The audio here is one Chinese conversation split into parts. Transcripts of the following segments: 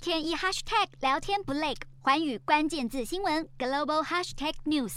天一 hashtag 聊天不累，寰宇关键字新闻 global hashtag news。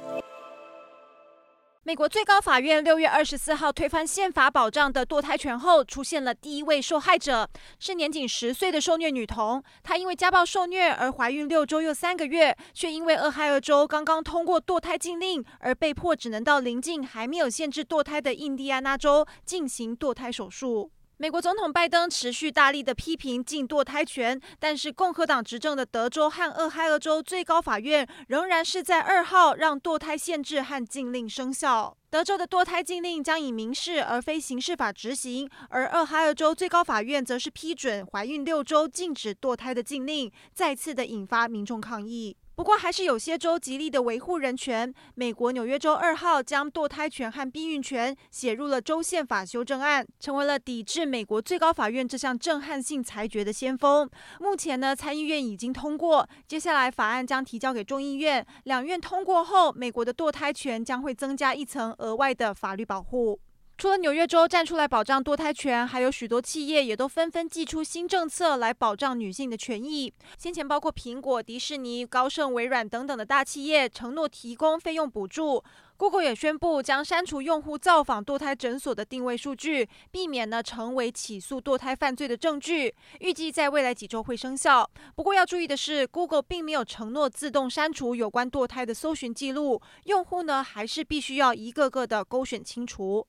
美国最高法院6月24号推翻宪法保障的堕胎权后，出现了第一位受害者，是年仅10岁的受虐女童。她因为家暴受虐而怀孕6周又3个月，却因为俄亥俄州刚刚通过堕胎禁令，而被迫只能到邻近还没有限制堕胎的印第安纳州进行堕胎手术。美国总统拜登持续大力的批评禁堕胎权，但是共和党执政的德州和俄亥俄州最高法院仍然是在2号让堕胎限制和禁令生效。德州的堕胎禁令将以民事而非刑事法执行，而俄亥俄州最高法院则是批准怀孕6周禁止堕胎的禁令，再次的引发民众抗议。不过，还是有些州极力的维护人权。美国纽约州2号将堕胎权和避孕权写入了州宪法修正案，成为了抵制美国最高法院这项震撼性裁决的先锋。目前呢，参议院已经通过，接下来法案将提交给众议院，两院通过后，美国的堕胎权将会增加一层额外的法律保护。除了纽约州站出来保障堕胎权，还有许多企业也都纷纷祭出新政策来保障女性的权益。先前包括苹果、迪士尼、高盛、微软等等的大企业承诺提供费用补助。Google 也宣布将删除用户造访堕胎诊所的定位数据，避免成为起诉堕胎犯罪的证据。预计在未来几周会生效。不过要注意的是 ，Google 并没有承诺自动删除有关堕胎的搜寻记录，用户还是必须要一个个的勾选清楚。